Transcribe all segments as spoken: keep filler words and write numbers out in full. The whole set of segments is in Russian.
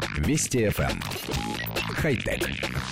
Вести эф эм. Хай-тек.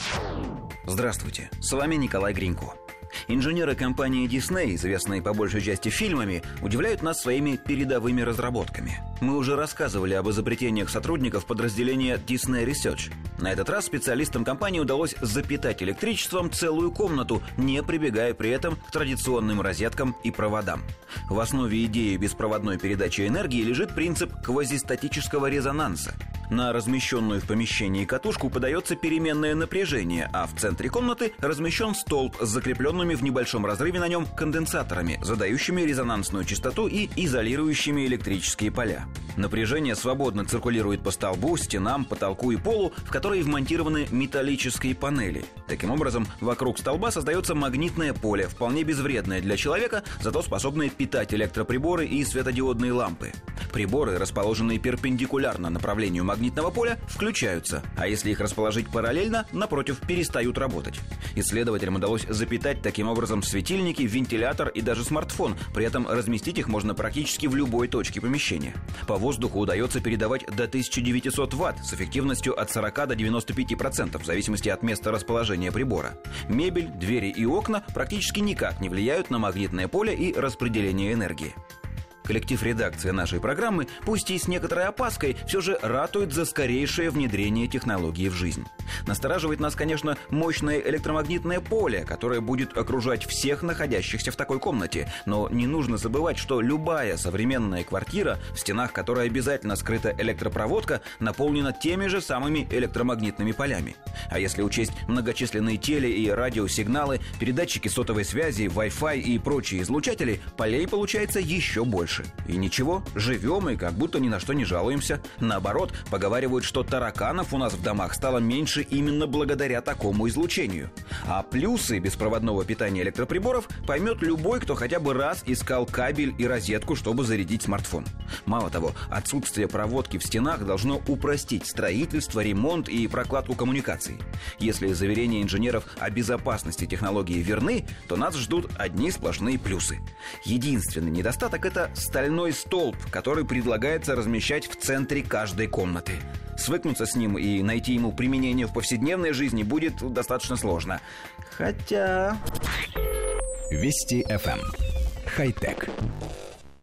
Здравствуйте, с вами Николай Гринько. Инженеры компании Disney, известные по большей части фильмами, удивляют нас своими передовыми разработками. Мы уже рассказывали об изобретениях сотрудников подразделения Disney Research. На этот раз специалистам компании удалось запитать электричеством целую комнату, не прибегая при этом к традиционным розеткам и проводам. В основе идеи беспроводной передачи энергии лежит принцип квазистатического резонанса. На размещенную в помещении катушку подается переменное напряжение, а в центре комнаты размещен столб с закрепленными в небольшом разрыве на нем конденсаторами, задающими резонансную частоту и изолирующими электрические поля. Напряжение свободно циркулирует по столбу, стенам, потолку и полу, в которые вмонтированы металлические панели. Таким образом, вокруг столба создается магнитное поле, вполне безвредное для человека, зато способное питать электроприборы и светодиодные лампы. Приборы, расположенные перпендикулярно направлению магнитного поля, включаются, а если их расположить параллельно, напротив, перестают работать. Исследователям удалось запитать таким образом светильники, вентилятор и даже смартфон, при этом разместить их можно практически в любой точке помещения. По воздуху удается передавать до тысяча девятьсот ватт с эффективностью от сорока до девяноста пяти процентов в зависимости от места расположения прибора. Мебель, двери и окна практически никак не влияют на магнитное поле и распределение энергии. Коллектив редакции нашей программы, пусть и с некоторой опаской, все же ратует за скорейшее внедрение технологии в жизнь. Настораживает нас, конечно, мощное электромагнитное поле, которое будет окружать всех находящихся в такой комнате. Но не нужно забывать, что любая современная квартира, в стенах которой обязательно скрыта электропроводка, наполнена теми же самыми электромагнитными полями. А если учесть многочисленные теле- и радиосигналы, передатчики сотовой связи, Wi-Fi и прочие излучатели, полей получается еще больше. И ничего, живем и как будто ни на что не жалуемся. Наоборот, поговаривают, что тараканов у нас в домах стало меньше именно благодаря такому излучению. А плюсы беспроводного питания электроприборов поймет любой, кто хотя бы раз искал кабель и розетку, чтобы зарядить смартфон. Мало того, отсутствие проводки в стенах должно упростить строительство, ремонт и прокладку коммуникаций. Если заверения инженеров о безопасности технологии верны, то нас ждут одни сплошные плюсы. Единственный недостаток — это стальной столб, который предлагается размещать в центре каждой комнаты. Свыкнуться с ним и найти ему применение в повседневной жизни будет достаточно сложно. Хотя... Вести эф эм. Хай-тек.